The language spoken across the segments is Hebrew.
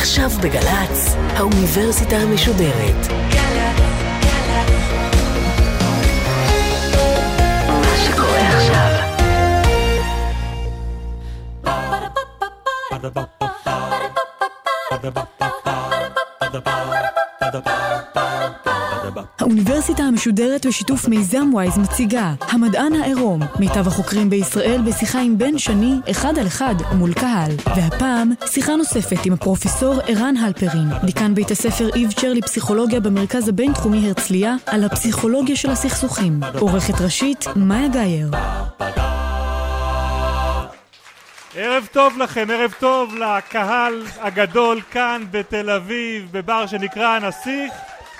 עכשיו בגלץ, האוניברסיטה המשודרת. מה שקורה עכשיו. האוניברסיטה המשודרת בשיתוף מיזם וויז מציגה המדען העירום, מיטב החוקרים בישראל בשיחה עם בן שני אחד על אחד מול קהל. והפעם שיחה נוספת עם הפרופסור ערן הלפרין, דיקן בית הספר איבצ'ר לפסיכולוגיה במרכז הבינתחומי הרצליה, על הפסיכולוגיה של הסכסוכים. עורכת ראשית מאיה גייר. ערב טוב לכם, ערב טוב לקהל הגדול כאן בתל אביב, בבר שנקרא הנסיך.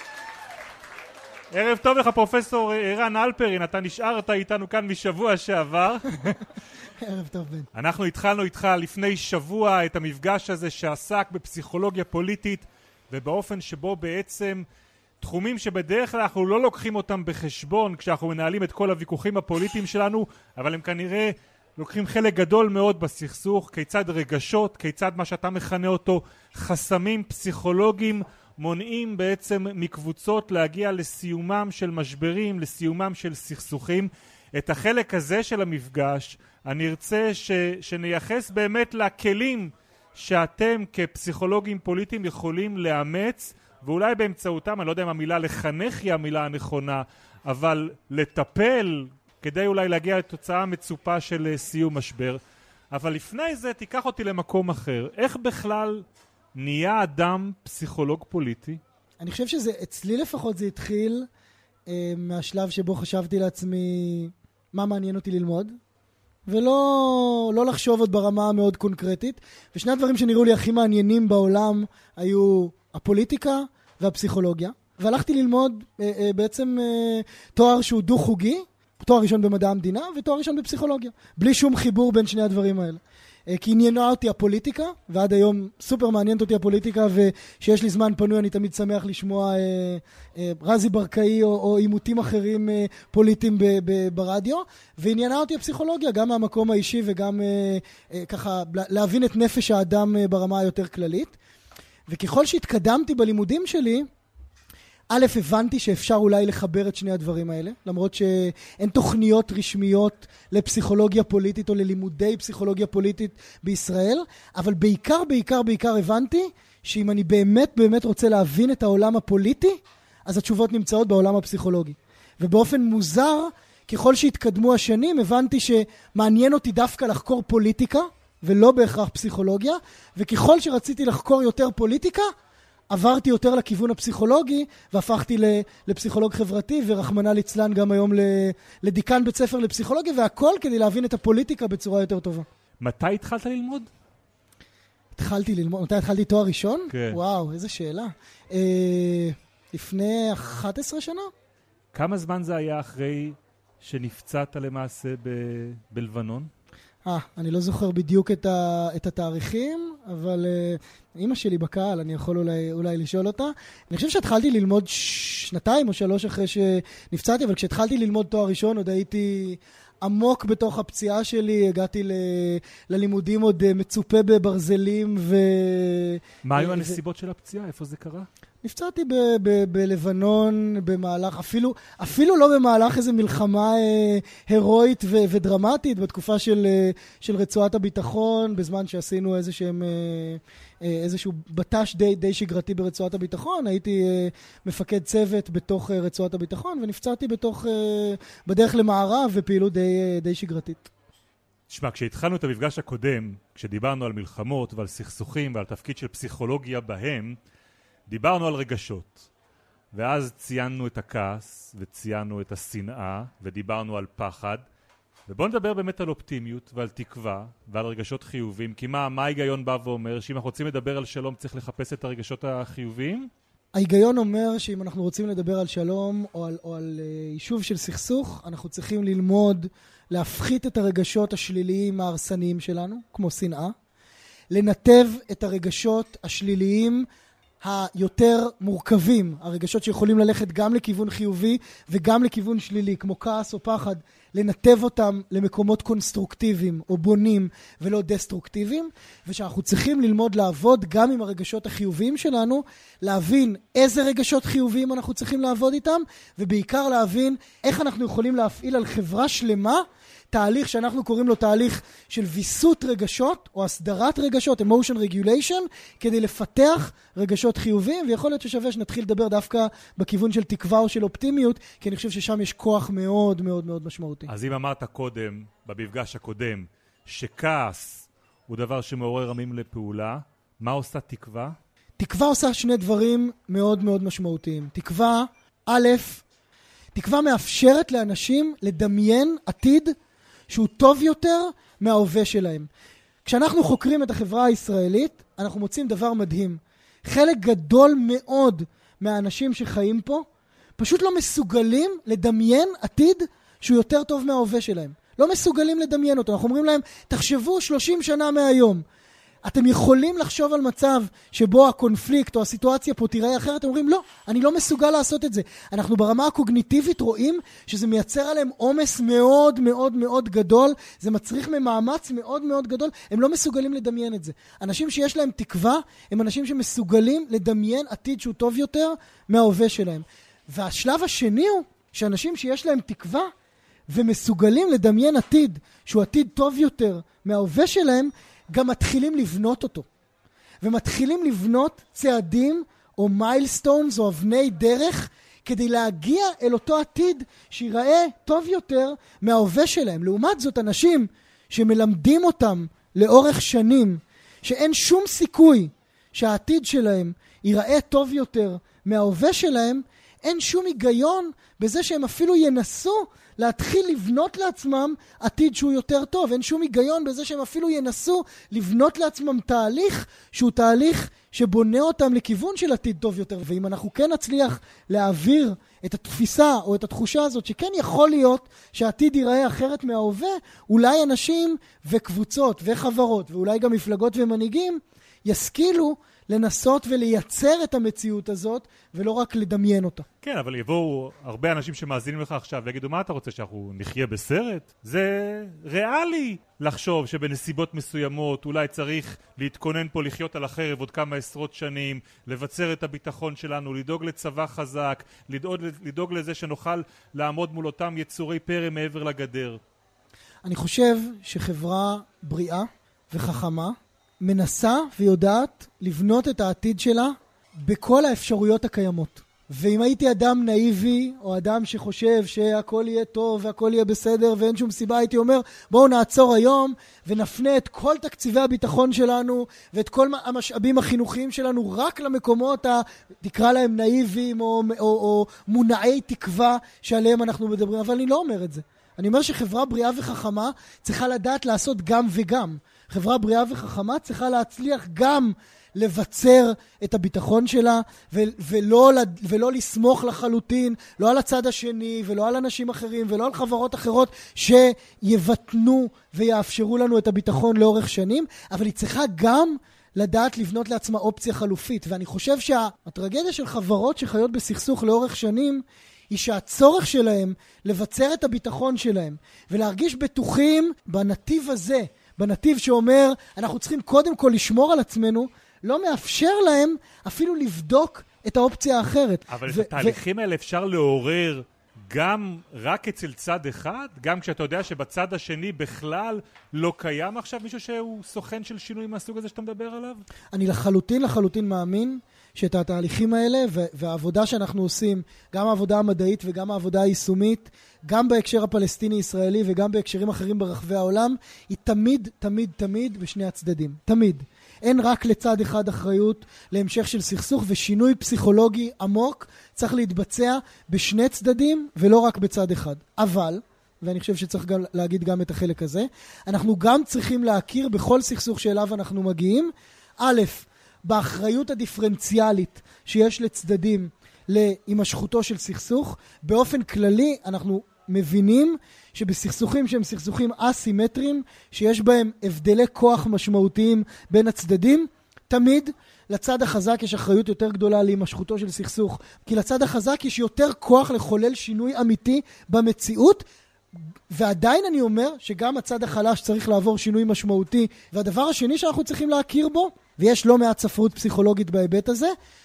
ערב טוב לך פרופסור ערן הלפרין, אתה נשארת איתנו כאן משבוע שעבר. ערב טוב בן. אנחנו התחלנו איתך לפני שבוע את המפגש הזה שעסק בפסיכולוגיה פוליטית, ובאופן שבו בעצם תחומים שבדרך כלל אנחנו לא לוקחים אותם בחשבון כשאנחנו מנהלים את כל הוויכוחים הפוליטיים שלנו, אבל הם כנראה לוקחים חלק גדול מאוד בסכסוך, כיצד רגשות, כיצד מה שאתה מכנה אותו חסמים פסיכולוגיים מונעים בעצם מקבוצות להגיע לסיומם של משברים, לסיומם של סכסוכים. את החלק הזה של המפגש אני ארצה שנייחס באמת לכלים שאתם כפסיכולוגים פוליטיים יכולים לאמץ, ואולי באמצעותם, אני לא יודע אם המילה לחנך היא המילה הנכונה, אבל לטפל כדי אולי להגיע לתוצאה מצופה של סיום משבר. אבל לפני זה תיקח אותי למקום אחר. איך בכלל נהיה אדם פסיכולוג פוליטי? אני חושב שזה, אצלי לפחות זה התחיל מהשלב שבו חשבתי לעצמי מה מעניין אותי ללמוד, ולא לחשוב עוד ברמה המאוד קונקרטית. ושני הדברים שנראו לי הכי מעניינים בעולם היו הפוליטיקה והפסיכולוגיה. והלכתי ללמוד בעצם תואר שהוא דו-חוגי, תואר ראשון במדע המדינה ותואר ראשון בפסיכולוגיה, בלי שום חיבור בין שני הדברים האלה. כי עניינה אותי הפוליטיקה, ועד היום סופר מעניינת אותי הפוליטיקה, ושיש לי זמן פנוי אני תמיד שמח לשמוע רזי ברקאי או עימותים אחרים פוליטיים ברדיו, ועניינה אותי הפסיכולוגיה, גם מהמקום האישי וגם ככה להבין את נפש האדם ברמה היותר כללית. וככל שהתקדמתי בלימודים שלי, א', הבנתי שאפשר אולי לחבר את שני הדברים האלה, למרות שאין תוכניות רשמיות לפסיכולוגיה פוליטית או ללימודי פסיכולוגיה פוליטית בישראל, אבל בעיקר הבנתי שאם אני באמת רוצה להבין את העולם הפוליטי, אז התשובות נמצאות בעולם הפסיכולוגי. ובאופן מוזר, ככל שהתקדמו השנים, הבנתי שמעניין אותי דווקא לחקור פוליטיקה, ולא בהכרח פסיכולוגיה, וככל שרציתי לחקור יותר פוליטיקה, עברתי יותר לכיוון הפסיכולוגי, והפכתי לפסיכולוג חברתי, ורחמנא ליצלן גם היום לדיקן בית ספר לפסיכולוגיה, והכל כדי להבין את הפוליטיקה בצורה יותר טובה. מתי התחלת ללמוד? מתי התחלתי תואר ראשון? כן. וואו, איזה שאלה. לפני 11 שנה? כמה זמן זה היה אחרי שנפצעת למעשה בלבנון? אני לא זוכר בדיוק את התאריכים, אבל אמא שלי בקהל, אני יכול אולי לשאול אותה. אני חושב שהתחלתי ללמוד 2 או 3 אחרי שנפצעתי, אבל כשהתחלתי ללמוד תואר ראשון עוד הייתי עמוק בתוך הפציעה שלי, הגעתי ללימודים עוד מצופה בברזלים מה היו הנסיבות של הפציעה? איפה זה קרה? נפצעתי בלבנון במהלך, אפילו לא במהלך איזו מלחמה הירואית ודרמטית, בתקופה של רצועת הביטחון, בזמן שעשינו איזשהו בטש די שגרתי ברצועת הביטחון, הייתי מפקד צוות בתוך רצועת הביטחון, ונפצעתי בדרך למערב ופעילות די שגרתית. תשמע, כשהתחלנו את המפגש הקודם, כשדיברנו על מלחמות ועל סכסוכים ועל תפקיד של פסיכולוגיה בהם, דיברנו על רגשות, ואז ציינו את הכעס, וציינו את השנאה, ודיברנו על פחד, ובואו נדבר באמת על אופטימיות ועל תקווה ועל רגשות חיוביים, כי מה ההיגיון בא ואומר שאם אנחנו רוצים לדבר על שלום צריך לחפש את הרגשות החיוביים? ההיגיון אומר שאם אנחנו רוצים לדבר על שלום או על יישוב של סכסוך, אנחנו צריכים ללמוד להפחית את הרגשות השליליים ההרסניים שלנו, כמו שנאה, לנתב את הרגשות השליליים היותר מורכבים, הרגשות שיכולים ללכת גם לכיוון חיובי וגם לכיוון שלילי, כמו כעס או פחד, לנתב אותם למקומות קונסטרוקטיביים או בונים ולא דסטרוקטיביים, ושאנחנו צריכים ללמוד לעבוד גם עם הרגשות החיוביים שלנו, להבין איזה רגשות חיוביים אנחנו צריכים לעבוד איתם, ובעיקר להבין איך אנחנו יכולים להפעיל על חברה שלמה, תהליך שאנחנו קוראים לו תהליך של ויסות רגשות או הסדרת רגשות, emotion regulation, כדי לפתח רגשות חיוביים, ויכול להיות ששווה שנתחיל לדבר דווקא בכיוון של תקווה או של אופטימיות, כי אני חושב ששם יש כוח מאוד מאוד מאוד משמעותי. אז אם אמרת קודם, במפגש הקודם, שכעס הוא דבר שמעורר רמים לפעולה, מה עושה תקווה? תקווה עושה שני דברים מאוד מאוד משמעותיים. תקווה, א', תקווה מאפשרת לאנשים לדמיין עתיד שהוא טוב יותר מההווה שלהם. כשאנחנו חוקרים את החברה הישראלית, אנחנו מוצאים דבר מדהים. חלק גדול מאוד מהאנשים שחיים פה, פשוט לא מסוגלים לדמיין עתיד שהוא יותר טוב מההווה שלהם. לא מסוגלים לדמיין אותו. אנחנו אומרים להם, תחשבו 30 שנה מהיום. אתם יכולים לחשוב על מצב שבו הקונפליקט או הסיטואציה פה תיראה אחרת, אתם אומרים, לא, אני לא מסוגל לעשות את זה. אנחנו ברמה הקוגניטיבית רואים שזה מייצר עליהם עומס מאוד מאוד מאוד גדול, זה מצריך ממאמץ מאוד מאוד גדול, הם לא מסוגלים לדמיין את זה. אנשים שיש להם תקווה, הם אנשים שמסוגלים לדמיין עתיד שהוא טוב יותר מההווה שלהם. והשלב השני הוא שאנשים שיש להם תקווה, ומסוגלים לדמיין עתיד שהוא עתיד טוב יותר מההווה שלהם, גם מתחילים לבנות אותו. ומתחילים לבנות צעדים או מיילסטונס או אבני דרך כדי להגיע אל אותו עתיד שיראה טוב יותר מההווה שלהם. לעומת זאת, אנשים שמלמדים אותם לאורך שנים שאין שום סיכוי שהעתיד שלהם ייראה טוב יותר מההווה שלהם, אין שום היגיון בזה שהם אפילו ינסו להתחיל לבנות לעצמם עתיד שהוא יותר טוב. אין שום היגיון בזה שהם אפילו ינסו לבנות לעצמם תהליך שהוא תהליך שבונה אותם לכיוון של עתיד טוב יותר. ואם אנחנו כן נצליח להעביר את התפיסה או את התחושה הזאת שכן יכול להיות שהעתיד ייראה אחרת מההווה, אולי אנשים וקבוצות וחברות ואולי גם מפלגות ומנהיגים ישכילו לנסות ולייצר את המציאות הזאת, ולא רק לדמיין אותה. כן, אבל יבואו הרבה אנשים שמאזינים לך עכשיו, ויגידו, מה אתה רוצה, שאנחנו נחיה בסרט? זה ריאלי לחשוב שבנסיבות מסוימות אולי צריך להתכונן פה לחיות על החרב עוד כמה עשרות שנים, לבצר את הביטחון שלנו, לדאוג לצבא חזק, לדאוג לזה שנוכל לעמוד מול אותם יצורי פרא מעבר לגדר. אני חושב שחברה בריאה וחכמה, מנסה ויודעת לבנות את העתיד שלה בכל האפשרויות הקיימות. ואם הייתי אדם נאיבי או אדם שחושב שהכל יהיה טוב והכל יהיה בסדר ואין שום סיבה, הייתי אומר בואו נעצור היום ונפנה את כל תקציבי הביטחון שלנו ואת כל המשאבים החינוכיים שלנו רק למקומות, תקרא להם נאיביים או מונעי תקווה שעליהם אנחנו מדברים. אבל אני לא אומר את זה. אני אומר שחברה בריאה וחכמה צריכה לדעת לעשות גם וגם. חברה בריאה וחכמה צריכה להצליח גם לבצר את הביטחון שלה ולא לסמוך לחלוטין, לא על הצד השני ולא על אנשים אחרים ולא על חברות אחרות שיבטנו ויאפשרו לנו את הביטחון לאורך שנים, אבל היא צריכה גם לדעת לבנות לעצמה אופציה חלופית. ואני חושב שהטרגדיה של חברות שחיות בסכסוך לאורך שנים היא שהצורך שלהם לבצר את הביטחון שלהם ולהרגיש בטוחים בנתיב הזה, בנתיב שאומר אנחנו צריכים קודם כל לשמור על עצמנו, לא מאפשר להם אפילו לבדוק את האופציה האחרת. אבל את התהליכים האלה אפשר לעורר גם רק אצל צד אחד? גם כשאתה יודע שבצד השני בכלל לא קיים עכשיו מישהו שהוא סוכן של שינוי מהסוג הזה שאתה מדבר עליו? אני לחלוטין מאמין שאת התהליכים האלה והעבודה שאנחנו עושים, גם העבודה המדעית וגם העבודה היישומית, גם בהקשר הפלסטיני-ישראלי וגם בהקשרים אחרים ברחבי העולם, היא תמיד בשני הצדדים. תמיד. אין רק לצד אחד אחריות להמשך של סכסוך, ושינוי פסיכולוגי עמוק צריך להתבצע בשני צדדים ולא רק בצד אחד. אבל, ואני חושב שצריך גם להגיד גם את החלק הזה, אנחנו גם צריכים להכיר בכל סכסוך שאליו אנחנו מגיעים, א', באחריות הדיפרנציאלית שיש לצדדים להימשכותו של סכסוך. באופן כללי אנחנו מבינים שבסכסוכים שהם סכסוכים אסימטריים, שיש בהם הבדלי כוח משמעותיים בין הצדדים, תמיד לצד החזק יש אחריות יותר גדולה להימשכותו של סכסוך, כי לצד החזק יש יותר כוח לחולל שינוי אמיתי במציאות, ועדיין אני אומר שגם הצד החלש צריך לעבור שינוי משמעותי, והדבר השני שאנחנו צריכים להכיר בו, ויש לא מעט ספרות פסיכולוגית בהיבט הזה,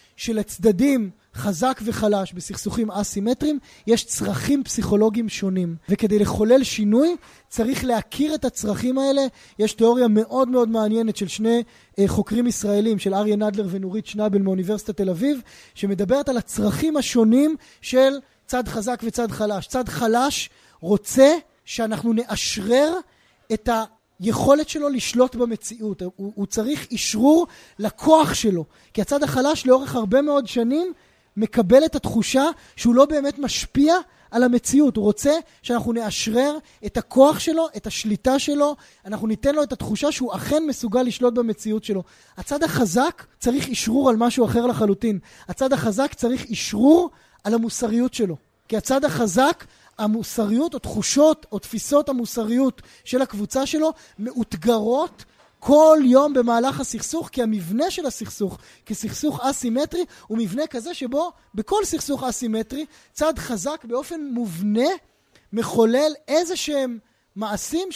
שלצדדים חזק וחלש בסכסוכים אסימטריים, יש צרכים פסיכולוגיים שונים. וכדי לחולל שינוי, צריך להכיר את הצרכים האלה. יש תיאוריה מאוד מאוד מעניינת של שני חוקרים ישראלים, של אריה נדלר ונורית שנבל מאוניברסיטת תל אביב, שמדברת על הצרכים השונים של צד חזק וצד חלש. צד חלש רוצה שאנחנו נאשרר את היכולת שלו לשלוט במציאות. הוא צריך אישרור לכוח שלו. כי הצד החלש לאורך הרבה מאוד שנים מקבל את התחושה שהוא לא באמת משפיע על המציאות. הוא רוצה שאנחנו נאשרר את הכוח שלו, את השליטה שלו, אנחנו ניתן לו את התחושה שהוא אכן מסוגל לשלוט במציאות שלו. הצד החזק צריך אישרור על משהו אחר לחלוטין. הצד החזק צריך אישרור על המוסריות שלו. כי הצד החזק, המוסריות או תחושות או תפיסות המוסריות של הקבוצה שלו מאותגרות כל יום במהלך הסכסוך, כי המבנה של הסכסוך כסכסוך אסימטרי הוא מבנה כזה שבו בכל סכסוך אסימטרי צד חזק באופן מובנה מחולל איזה שהם מעשים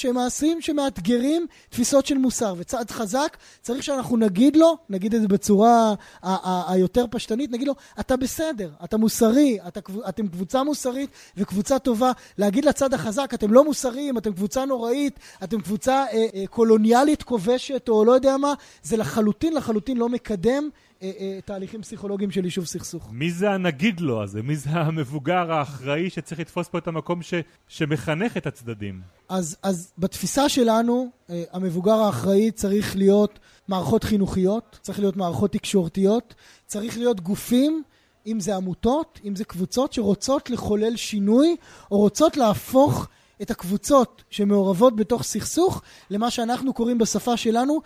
שמאתגרים תפיסות של מוסר, וצד חזק צריך שאנחנו נגיד את זה בצורה היותר פשטנית, נגיד לו אתה בסדר, אתה מוסרי, אתם קבוצה מוסרית וקבוצה טובה. להגיד לצד החזק אתם לא מוסריים, אתם קבוצה נוראית, אתם קבוצה קולוניאלית כובשת או לא יודע מה, זה לחלוטין לא מקדם תהליכים פסיכולוגיים של יישוב סכסוך. מי זה הנגיד לו הזה? מי זה המבוגר האחראי שצריך לתפוס פה את המקום שמחנך את הצדדים? אז בתפיסה שלנו, המבוגר האחראי צריך להיות מערכות חינוכיות, צריך להיות מערכות תקשורתיות, צריך להיות גופים, אם זה עמותות, אם זה קבוצות שרוצות לחולל שינוי, או רוצות להפוך את הקבוצות שמעורבות בתוך סכסוך, למה שאנחנו קוראים בשפה שלנו,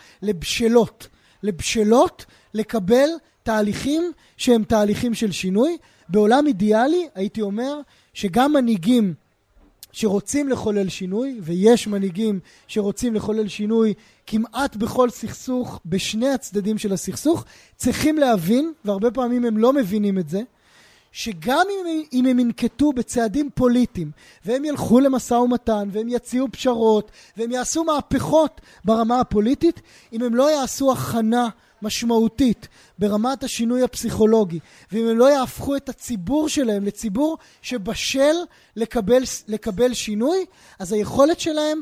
לבשלות, לקבל תהליכים שהם תהליכים של שינוי. בעולם אידיאלי הייתי אומר שגם מנהיגים שרוצים לחולל שינוי, ויש מנהיגים שרוצים לחולל שינוי כמעט בכל סכסוך, בשני הצדדים של הסכסוך, צריכים להבין, והרבה פעמים הם לא מבינים את זה, שגם אם הם ינקטו בצעדים פוליטיים, והם ילכו למשא ומתן, והם יציעו פשרות, והם יעשו מהפכות ברמה הפוליטית, אם הם לא יעשו הכנה משמעותית ברמת השינוי הפסיכולוגי, ואם הם לא יהפכו את הציבור שלהם לציבור שבשל לקבל שינוי, אז היכולת שלהם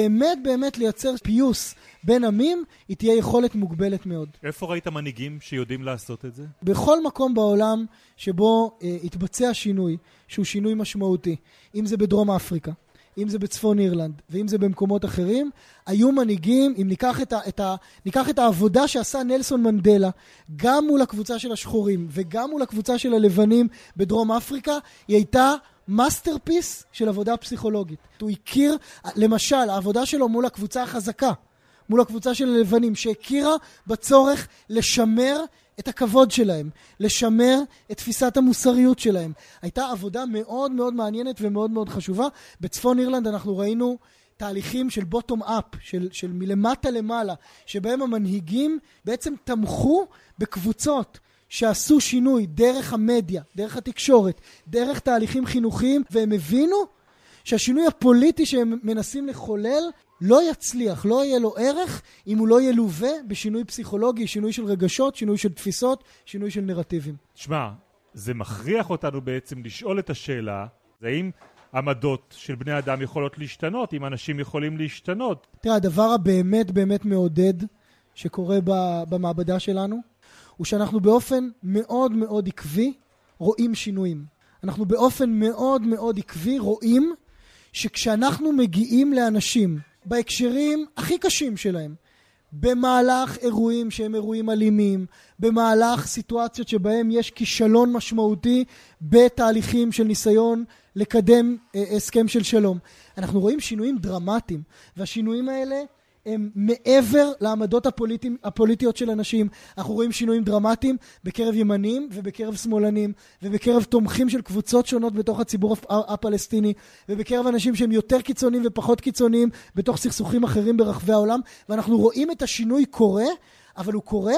באמת לייצר פיוס בין עמים, היא תהיה יכולת מוגבלת מאוד. איפה ראית מנהיגים שיודעים לעשות את זה? בכל מקום בעולם שבו התבצע שינוי, שהוא שינוי משמעותי, אם זה בדרום אפריקה, אם זה בצפון אירלנד, ואם זה במקומות אחרים, היו מנהיגים, אם ניקח את העבודה שעשה נלסון מנדלה, גם מול הקבוצה של השחורים, וגם מול הקבוצה של הלבנים בדרום אפריקה, היא הייתה מאסטרפיס של עבודה פסיכולוגית. הוא הכיר, למשל, העבודה שלו מול הקבוצה החזקה, מול הקבוצה של הלבנים, שהכירה בצורך לשמר את הכבוד שלהם, לשמר את תפיסת המוסריות שלהם. הייתה עבודה מאוד מאוד מעניינת ומאוד מאוד חשובה. בצפון אירלנד אנחנו ראינו תהליכים של בוטום אפ, של מלמטה למעלה, שבהם המנהיגים בעצם תמכו בקבוצות שעשו שינוי דרך המדיה, דרך התקשורת, דרך תהליכים חינוכיים, והם הבינו שהשינוי הפוליטי שהם מנסים לחולל לא יצליח, לא יהיה לו ערך אם הוא לא ילווה בשינוי פסיכולוגי, שינוי של רגשות, שינוי של תפיסות, שינוי של נרטיבים. תשמע, זה מכריח אותנו בעצם לשאול את השאלה, זה האם עמדות של בני אדם יכולות להשתנות, אם אנשים יכולים להשתנות. תראה, הדבר הבאמת עודד שקורה במעבדה שלנו, הוא שאנחנו באופן מאוד מאוד עקבי רואים שינויים. אנחנו באופן מאוד מאוד עקבי רואים שכשאנחנו מגיעים לאנשים בהקשרים הכי קשים שלהם, במהלך אירועים שהם אירועים אלימים, במהלך סיטואציות שבהם יש כישלון משמעותי בתהליכים של ניסיון לקדם הסכם של שלום, אנחנו רואים שינויים דרמטיים, והשינויים האלה הם מעבר לעמדות הפוליטיות של אנשים. אנחנו רואים שינויים דרמטיים בקרב ימנים ובקרב שמאלנים ובקרב תומכים של קבוצות שונות בתוך הציבור הפלסטיני ובקרב אנשים שהם יותר קיצוניים ופחות קיצוניים בתוך סכסוכים אחרים ברחבי העולם, ואנחנו רואים את השינוי קורה, אבל הוא קורה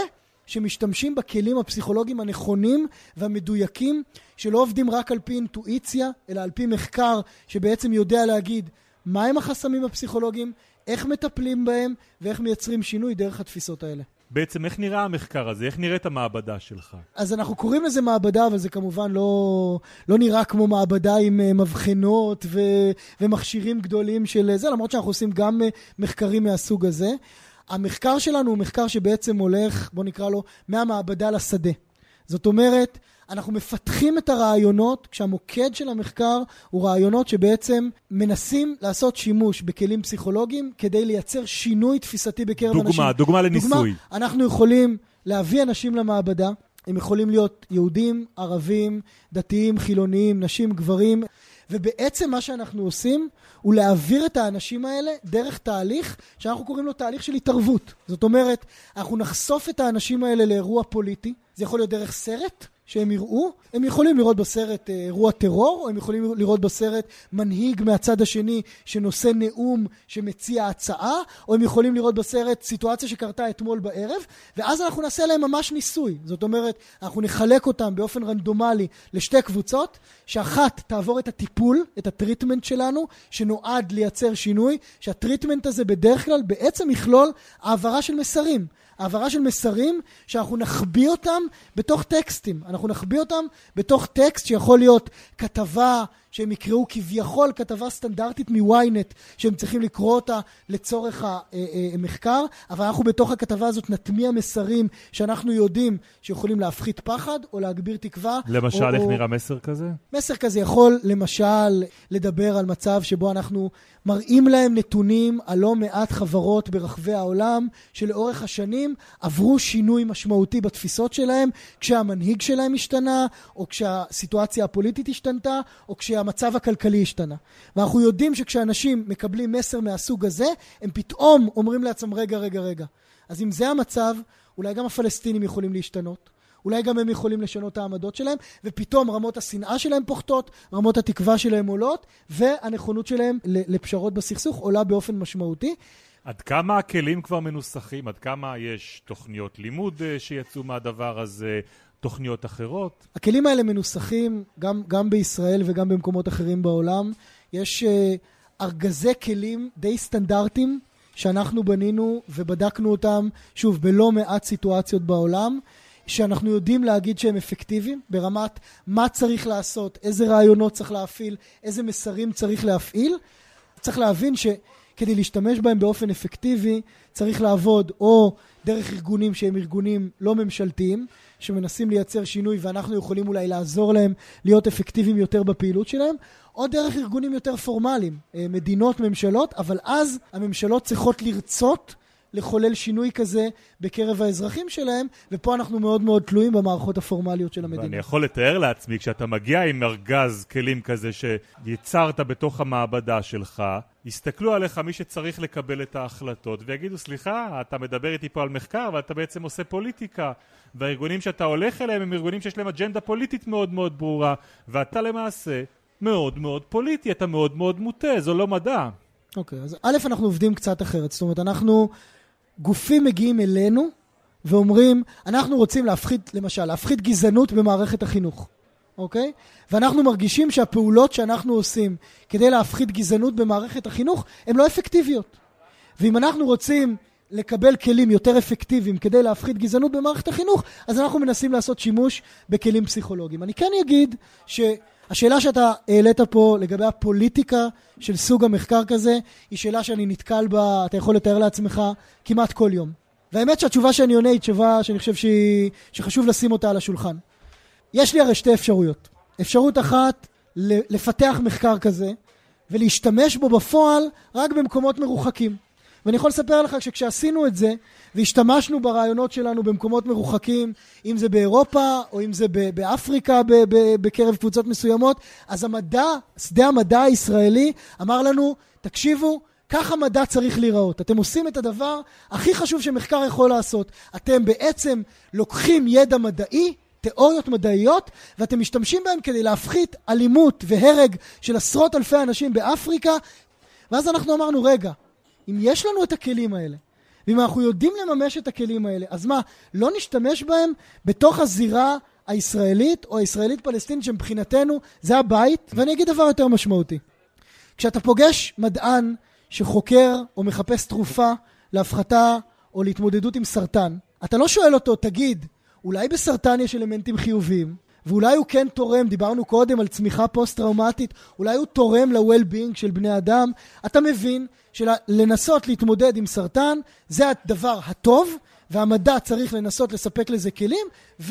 שמשתמשים בכלים הפסיכולוגיים הנכונים והמדויקים, שלא עובדים רק על פי אינטואיציה, אלא על פי מחקר שבעצם יודע להגיד מהם החסמים הפסיכולוגיים, איך מטפלים בהם ואיך מייצרים שינוי דרך התפיסות האלה. בעצם איך נראה המחקר הזה? איך נראית המעבדה שלך? אז אנחנו קוראים לזה מעבדה, אבל זה כמובן לא נראה כמו מעבדה עם מבחנות ומכשירים גדולים של זה, למרות שאנחנו עושים גם מחקרים מהסוג הזה. המחקר שלנו הוא מחקר שבעצם הולך, בוא נקרא לו, מהמעבדה לשדה. זאת אומרת, אנחנו מפתחים את הרעיונות, כשהמוקד של המחקר הוא רעיונות שבעצם מנסים לעשות שימוש בכלים פסיכולוגיים כדי לייצר שינוי תפיסתי בקרב אנשים. דוגמה לניסוי. אנחנו יכולים להביא אנשים למעבדה, הם יכולים להיות יהודים, ערבים, דתיים, חילוניים, נשים, גברים, ובעצם מה שאנחנו עושים הוא להעביר את האנשים האלה דרך תהליך שאנחנו קוראים לו תהליך של התערבות. זאת אומרת, אנחנו נחשוף את האנשים האלה לאירוע פוליטי, זה יכול להיות דרך סרט שהם יראו, הם יכולים לראות בסרט אירוע טרור, או הם יכולים לראות בסרט מנהיג מהצד השני שנושא נאום שמציע הצעה, או הם יכולים לראות בסרט סיטואציה שקרתה אתמול בערב, ואז אנחנו נעשה להם ממש ניסוי. זאת אומרת, אנחנו נחלק אותם באופן רנדומלי לשתי קבוצות, שאחת תעבור את הטיפול, את הטריטמנט שלנו, שנועד לייצר שינוי, שהטריטמנט הזה בדרך כלל בעצם יכלול העברה של מסרים. העברה של מסרים שאנחנו נחביא אותם בתוך טקסטים. אנחנו נחביא אותם בתוך טקסט שיכול להיות כתבה שהם יקראו כביכול כתבה סטנדרטית מוויינט שהם צריכים לקרוא אותה לצורך המחקר, אבל אנחנו בתוך הכתבה הזאת נטמיע מסרים שאנחנו יודעים שיכולים להפחית פחד או להגביר תקווה. למשל, איך נראה מסר כזה? מסר כזה יכול למשל לדבר על מצב שבו אנחנו מראים להם נתונים על לא מעט חברות ברחבי העולם שלאורך השנים עברו שינוי משמעותי בתפיסות שלהם, כשהמנהיג שלהם השתנה, או כשהסיטואציה הפוליטית השתנתה, או כשהמצב הכלכלי השתנה. ואנחנו יודעים שכשאנשים מקבלים מסר מהסוג הזה, הם פתאום אומרים לעצמם רגע. אז אם זה המצב, אולי גם הפלסטינים יכולים להשתנות. אולי גם הם יכולים לשנות את העמדות שלהם, ופתאום רמות השנאה שלהם פוחתות, רמות התקווה שלהם עולות, והנכונות שלהם לפשרות בסכסוך עולה באופן משמעותי. עד כמה הכלים כבר מנוסחים? עד כמה יש תוכניות לימוד שיצאו מהדבר הזה, תוכניות אחרות? הכלים האלה מנוסחים גם בישראל וגם במקומות אחרים בעולם. יש ארגזי כלים די סטנדרטיים שאנחנו בנינו ובדקנו אותם, שוב, בלא מעט סיטואציות בעולם, שאנחנו יודעים להגיד שהם אפקטיביים, ברמת מה צריך לעשות, איזה רעיונות צריך להפעיל, איזה מסרים צריך להפעיל. צריך להבין שכדי להשתמש בהם באופן אפקטיבי, צריך לעבוד או דרך ארגונים שהם ארגונים לא ממשלתיים, שמנסים לייצר שינוי ואנחנו יכולים אולי לעזור להם להיות אפקטיביים יותר בפעילות שלהם, או דרך ארגונים יותר פורמליים, מדינות, ממשלות, אבל אז הממשלות צריכות לרצות לחולל שינוי כזה בקרב האזרחים שלהם, ופה אנחנו מאוד מאוד תלויים במערכות הפורמליות של המדינה. ואני יכול לתאר לעצמי, כשאתה מגיע עם ארגז כלים כזה שיצרת בתוך המעבדה שלך, יסתכלו עליך מי שצריך לקבל את ההחלטות, ויגידו, סליחה, אתה מדבר איתי פה על מחקר, ואתה בעצם עושה פוליטיקה, והארגונים שאתה הולך אליהם הם ארגונים שיש להם אג'נדה פוליטית מאוד מאוד ברורה, ואתה למעשה מאוד מאוד פוליטי, אתה מאוד מאוד מוטה, זו לא מדע. אוקיי, אז א', אנחנו עובדים קצת אחרת, זאת אומרת, גופים מגיעים אלינו ואומרים, אנחנו רוצים להפחית גזענות במערכת החינוך. אוקיי? ואנחנו מרגישים שהפעולות שאנחנו עושים כדי להפחית גזענות במערכת החינוך הן לא אפקטיביות. ואם אנחנו רוצים לקבל כלים יותר אפקטיביים כדי להפחית גזענות במערכת החינוך, אז אנחנו מנסים לעשות שימוש בכלים פסיכולוגיים. אני כן אגיד שהשאלה שאתה העלית פה לגבי הפוליטיקה של סוג המחקר כזה, היא שאלה שאני נתקל בה, אתה יכול לתאר לעצמך, כמעט כל יום. והאמת שהתשובה שאני עונה היא תשובה שאני חושב שחשוב לשים אותה על השולחן. יש לי הרי שתי אפשרויות. אפשרות אחת, לפתח מחקר כזה, ולהשתמש בו בפועל רק במקומות מרוחקים. ואני יכול לספר לך שכשעשינו את זה, והשתמשנו ברעיונות שלנו במקומות מרוחקים, אם זה באירופה, או אם זה באפריקה, בקרב קבוצות מסוימות, אז שדה המדע הישראלי אמר לנו, תקשיבו, ככה מדע צריך להיראות. אתם עושים את הדבר הכי חשוב שמחקר יכול לעשות. אתם בעצם לוקחים ידע מדעי, תיאוריות מדעיות, ואתם משתמשים בהם כדי להפחית אלימות והרג של עשרות אלפי אנשים באפריקה. ואז אנחנו אמרנו, רגע, אם יש לנו את הכלים האלה, ואם אנחנו יודעים לממש את הכלים האלה, אז מה, לא נשתמש בהם בתוך הזירה הישראלית או הישראלית-פלסטינית שמבחינתנו זה הבית? ואני אגיד דבר יותר משמעותי. כשאתה פוגש מדען שחוקר או מחפש תרופה להפחתה או להתמודדות עם סרטן, אתה לא שואל אותו, תגיד, אולי בסרטן יש אלמנטים חיוביים, ואולי הוא כן תורם, דיברנו קודם על צמיחה פוסט-טראומטית, אולי הוא תורם ל-well-being של בני אדם. אתה מבין שלנסות להתמודד עם סרטן זה הדבר הטוב, והמדע צריך לנסות לספק לזה כלים,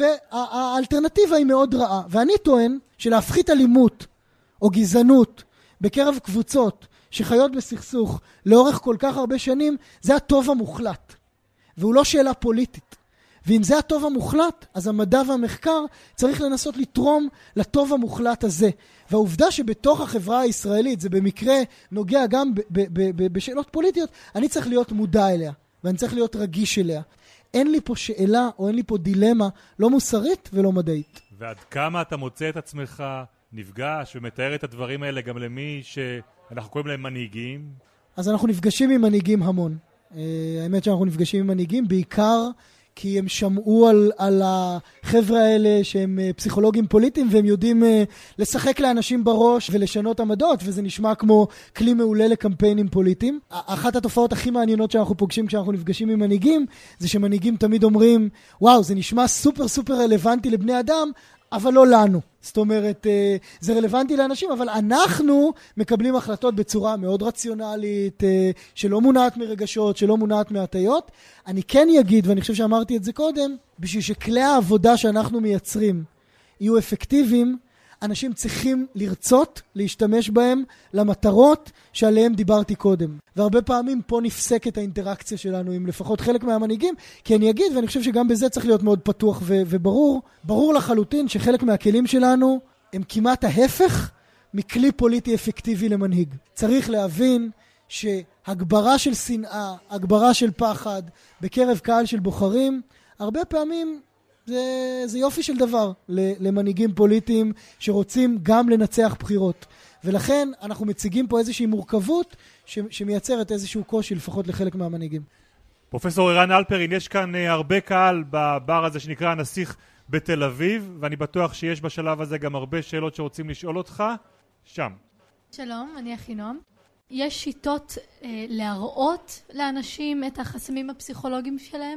והאלטרנטיבה היא מאוד רעה. ואני טוען שלהפחית אלימות או גזענות בקרב קבוצות שחיות בסכסוך לאורך כל כך הרבה שנים, זה הטוב המוחלט, והוא לא שאלה פוליטית. ואם זה הטוב המוחלט, אז המדע והמחקר צריך לנסות לתרום לטוב המוחלט הזה. והעובדה שבתוך החברה הישראלית זה במקרה נוגע גם בשאלות פוליטיות, אני צריך להיות מודע אליה, ואני צריך להיות רגיש אליה. אין לי פה שאלה או אין לי פה דילמה, לא מוסרית ולא מדעית. ועד כמה אתה מוצא את עצמך נפגש ומתאר את הדברים האלה גם למי שאנחנו קוראים להם מנהיגים? אז אנחנו נפגשים עם מנהיגים המון. האמת שאנחנו נפגשים עם מנהיגים בעיקר כי הם שמעו על החבר'ה האלה שהם פסיכולוגים פוליטיים, והם יודעים לשחק לאנשים בראש ולשנות עמדות, וזה נשמע כמו כלי מעולה לקמפיינים פוליטיים. אחת התופעות הכי מעניינות שאנחנו פוגשים כשאנחנו נפגשים עם מנהיגים, זה שמנהיגים תמיד אומרים, וואו, זה נשמע סופר סופר רלוונטי לבני אדם, אבל לא לנו. זאת אומרת, זה רלוונטי לאנשים, אבל אנחנו מקבלים החלטות בצורה מאוד רציונלית, שלא מונעת מרגשות, שלא מונעת מהטיות. אני כן אגיד, ואני חושב שאמרתי את זה קודם, בשביל שכלי העבודה שאנחנו מייצרים יהיו אפקטיביים, אנשים צריכים לרצות להשתמש בהם למטרות שעליהם דיברתי קודם. והרבה פעמים פה נפסקת האינטראקציה שלנו עם לפחות חלק מהמנהיגים, כי אני אגיד, ואני חושב שגם בזה צריך להיות מאוד פתוח וברור, ברור לחלוטין שחלק מהכלים שלנו הם כמעט ההפך מכלי פוליטי אפקטיבי למנהיג. צריך להבין שהגברה של שנאה, הגברה של פחד בקרב קהל של בוחרים, הרבה פעמים זה יופי של דבר למנהיגים פוליטיים שרוצים גם לנצח בחירות. ולכן אנחנו מציגים פה איזושהי מורכבות שמייצרת איזשהו קושי לפחות לחלק מהמנהיגים. פרופסור ערן הלפרין, יש כאן הרבה קהל בבר הזה שנקרא הנסיך בתל אביב, ואני בטוח שיש בשלב הזה גם הרבה שאלות שרוצים לשאול אותך. שם. שלום, אני אחינום. יש שיטות להראות לאנשים את החסמים הפסיכולוגיים שלהם,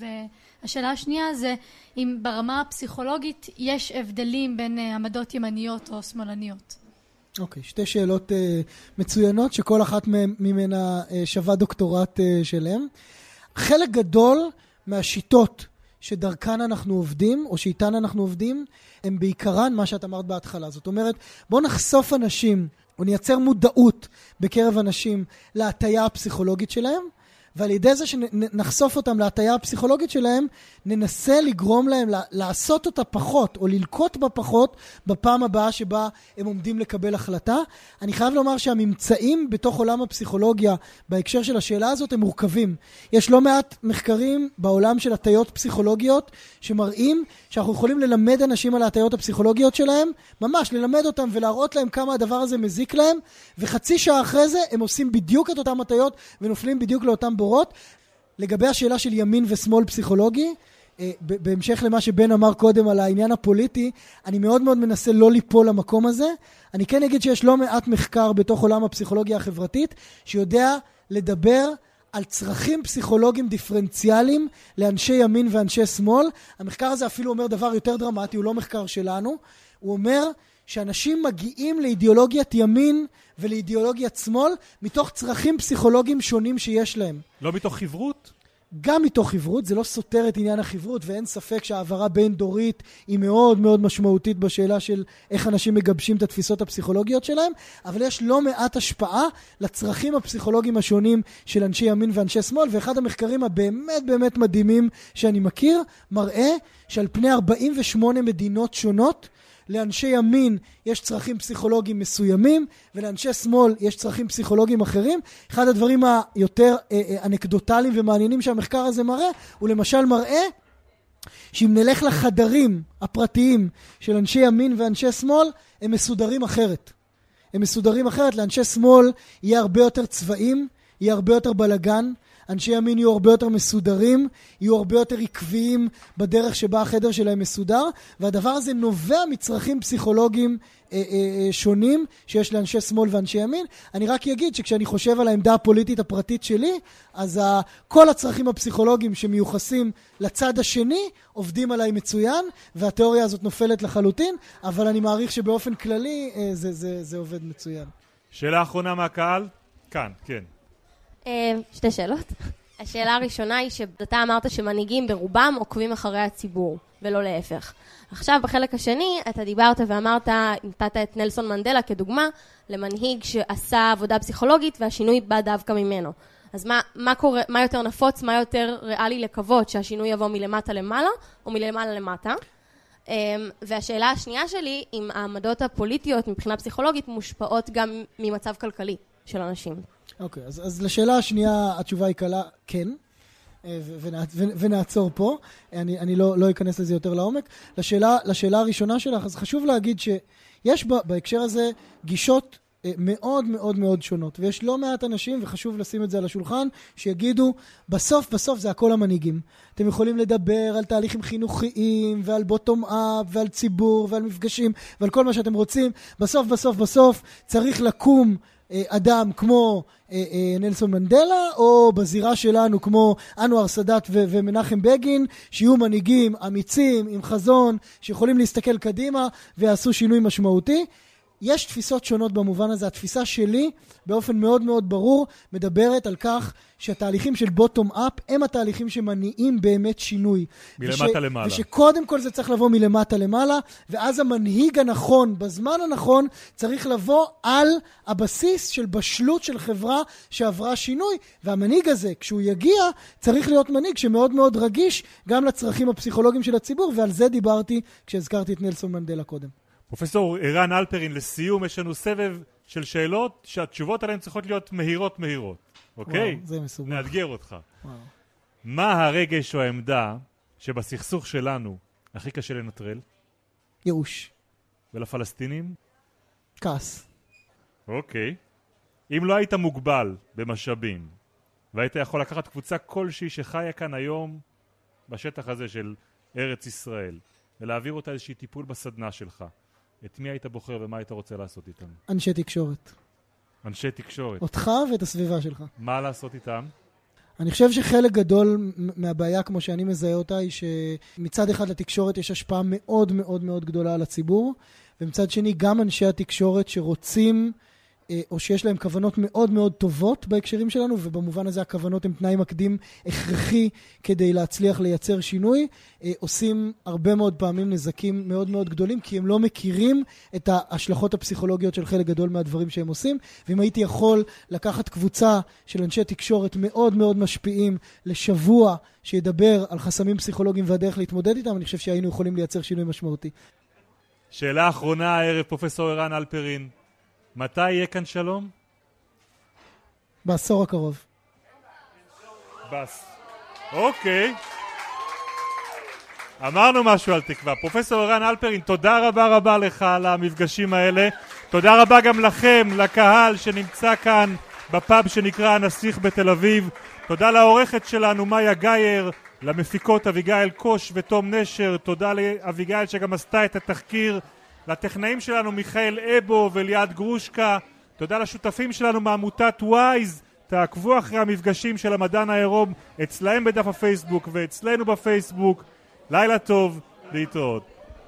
והשאלה השנייה זה אם ברמה הפסיכולוגית יש הבדלים בין עמדות ימניות או שמאלניות. אוקיי, שתי שאלות מצוינות שכל אחת ממנה שווה דוקטורט שלהם. חלק גדול מהשיטות שדרכן אנחנו עובדים או שאיתן אנחנו עובדים הם בעיקרן מה שאת אמרת בהתחלה. זאת אומרת, בוא נחשוף אנשים או נייצר מודעות בקרב אנשים להטיה הפסיכולוגית שלהם, ועל ידי זה שנחשוף אותם להטיה הפסיכולוגית שלהם, ננסה לגרום להם לעשות אותה פחות, או ללקוט בה פחות, בפעם הבאה שבה הם עומדים לקבל החלטה. אני חייב לומר שהממצאים בתוך עולם הפסיכולוגיה, בהקשר של השאלה הזאת, הם מורכבים. יש לא מעט מחקרים בעולם של הטיות פסיכולוגיות, שמראים שאנחנו יכולים ללמד אנשים על ההטיות הפסיכולוגיות שלהם, ממש ללמד אותם ולהראות להם כמה הדבר הזה מזיק להם, וחצי שעה אחרי זה הם עושים בדיוק את אותם הטיות, ונופלים בדיוק לאותם בורות. לגבי השאלה של ימין ושמאל פסיכולוגי, בהמשך למה שבן אמר קודם על העניין הפוליטי, אני מאוד מאוד מנסה לא ליפול למקום הזה. אני כן אגיד שיש לא מעט מחקר בתוך עולם הפסיכולוגיה החברתית, שיודע לדבר על צרכים פסיכולוגיים דיפרנציאליים לאנשי ימין ואנשי שמאל. המחקר הזה אפילו אומר דבר יותר דרמטי, הוא לא מחקר שלנו. הוא אומר שאנשים מגיעים לאידיאולוגיית ימין ולאידיאולוגיית שמאל מתוך צרכים פסיכולוגיים שונים שיש להם. לא מתוך חברות? גם מתוך חברות, זה לא סותר את עניין החברות, ואין ספק שהעברה בין דורית היא מאוד מאוד משמעותית בשאלה של איך אנשים מגבשים את התפיסות הפסיכולוגיות שלהם, אבל יש לא מעט השפעה לצרכים הפסיכולוגיים השונים של אנשי ימין ואנשי שמאל, ואחד המחקרים הבאמת באמת מדהימים שאני מכיר, מראה שעל פני 48 מדינות שונות, לאנשי ימין יש צרכים פסיכולוגיים מסוימים, ולאנשי שמאל יש צרכים פסיכולוגיים אחרים. אחד הדברים היותר אנקדוטליים ומעניינים שהמחקר הזה מראה, הוא למשל מראה שאם נלך לחדרים הפרטיים של אנשי ימין ואנשי שמאל, הם מסודרים אחרת. הם מסודרים אחרת. לאנשי שמאל יהיה הרבה יותר צבעים, יהיה הרבה יותר בלגן. אנשי ימין יהיו הרבה יותר מסודרים, יהיו הרבה יותר עקביים בדרך שבה החדר שלהם מסודר, והדבר הזה נובע מצרכים פסיכולוגיים שונים שיש לאנשי שמאל ואנשי ימין. אני רק אגיד שכשאני חושב על העמדה הפוליטית הפרטית שלי, אז כל הצרכים הפסיכולוגיים שמיוחסים לצד השני עובדים עליי מצוין, והתיאוריה הזאת נופלת לחלוטין, אבל אני מעריך שבאופן כללי זה עובד מצוין. שאלה אחרונה מהקהל? כאן, כן. שתי שאלות. השאלה הראשונה היא שאתה אמרת שמנהיגים ברובם עוקבים אחרי הציבור, ולא להפך. עכשיו בחלק השני אתה דיברת ואמרת, נתת את נלסון מנדלה כדוגמה למנהיג שעשה עבודה פסיכולוגית והשינוי בא דווקא ממנו. אז מה יותר נפוץ, מה יותר ריאלי לקוות, שהשינוי יבוא מלמטה למעלה או מלמעלה למטה? והשאלה השנייה שלי, אם העמדות הפוליטיות מבחינה פסיכולוגית מושפעות גם ממצב כלכלי של אנשים. אוקיי, אז לשאלה השנייה התשובה היא קלה, כן. ונעצור פה, אני לא אכנס לזה יותר לעומק. לשאלה הראשונה שלך, אז חשוב להגיד שיש בהקשר הזה גישות מאוד מאוד מאוד שונות, ויש לא מעט אנשים, וחשוב לשים את זה על השולחן, שיגידו, בסוף זה הכל המנהיגים. אתם יכולים לדבר על תהליכים חינוכיים, ועל בוטום אפ, ועל ציבור, ועל מפגשים, ועל כל מה שאתם רוצים. בסוף צריך לקום אדם כמו נלסון מנדלה, או בזירה שלנו כמו אנואר סאדאת ומנחם בגין, שיהיו מנהיגים אמיצים, עם חזון, שיכולים להסתכל קדימה ויעשו שינוי משמעותי. יש תפיסות שונות במובן הזה. התפיסה שלי באופן מאוד מאוד ברור מדברת על כך שהתהליכים של בוטום אפ הם התהליכים שמניעים באמת שינוי. מלמטה למעלה. ושקודם כל זה צריך לבוא מלמטה למעלה, ואז המנהיג הנכון, בזמן הנכון, צריך לבוא על הבסיס של בשלות של חברה שעברה שינוי, והמנהיג הזה, כשהוא יגיע, צריך להיות מנהיג שמאוד מאוד רגיש גם לצרכים הפסיכולוגיים של הציבור, ועל זה דיברתי כשהזכרתי את נלסון מנדלה קודם. פרופסור ערן הלפרין, לסיום יש לנו סבב של שאלות שהתשובות עליהן צריכות להיות מהירות, אוקיי? וואו, זה מסובך. נאתגר אותך. וואו. מה הרגש או העמדה שבסכסוך שלנו הכי קשה לנטרל? ייאוש. ולפלסטינים? כעס. אוקיי. אם לא היית מוגבל במשאבים, והיית יכול לקחת קבוצה כלשהי שחיה כאן היום בשטח הזה של ארץ ישראל, ולהעביר אותה איזושהי טיפול בסדנה שלך, את מי היית בוחר ומה היית רוצה לעשות איתם? אנשי תקשורת. אנשי תקשורת. אותך ואת הסביבה שלך. מה לעשות איתם? אני חושב שחלק גדול מהבעיה, כמו שאני מזהה אותה, היא שמצד אחד לתקשורת יש השפעה מאוד מאוד מאוד גדולה על הציבור, ומצד שני גם אנשי התקשורת שרוצים, או שיש להם כוונות מאוד מאוד טובות בהקשרים שלנו, ובמובן הזה הכוונות הם תנאי מקדים הכרחי כדי להצליח לייצר שינוי, עושים הרבה מאוד פעמים נזקים מאוד מאוד גדולים, כי הם לא מכירים את ההשלכות הפסיכולוגיות של חלק גדול מהדברים שהם עושים. ואם הייתי יכול לקחת קבוצה של אנשי תקשורת מאוד מאוד משפיעים לשבוע שידבר על חסמים פסיכולוגיים והדרך להתמודד איתם, אני חושב שהיינו יכולים לייצר שינוי משמעותי. שאלה אחרונה הערב, פרופסור ערן הלפרין. מתי יהיה כאן שלום? בעשור הקרוב. אוקיי. אמרנו משהו על תקווה. פרופסור ערן הלפרין, תודה רבה לך על המפגשים האלה. תודה רבה גם לכם, לקהל שנמצא כאן בפאב שנקרא הנסיך בתל אביב. תודה לעורכת שלנו מאיה גייר, למפיקות אביגיל קוש ותום נשר. תודה לאביגיל שגם עשתה את התחקיר. לטכנאים שלנו מיכאל אבו וליעד גרושקה. תודה לשותפים שלנו מעמותת וויז. תעקבו אחרי המפגשים של המדען העירום אצלהם בדף הפייסבוק ואצלנו בפייסבוק. לילה טוב, להתראות.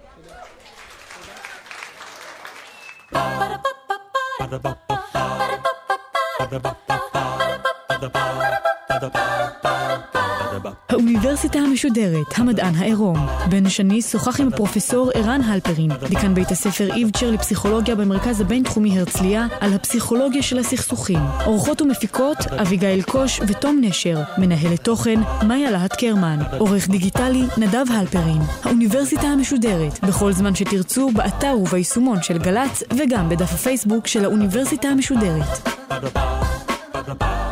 האוניברסיטה המשודרת, המדען העירום. בן שני שוחח עם הפרופסור ערן הלפרין, דיקן בית הספר איבצ'ר לפסיכולוגיה במרכז הבינתחומי הרצליה, על הפסיכולוגיה של הסכסוכים. אורחות ומפיקות אביגיל קוש ותום נשר, מנהלת תוכן מאיה להט קרמן, עורך דיגיטלי נדב הלפרין. האוניברסיטה המשודרת, בכל זמן שתרצו, באתר וביישומון של גלץ וגם בדף הפייסבוק של האוניברסיטה המשודרת.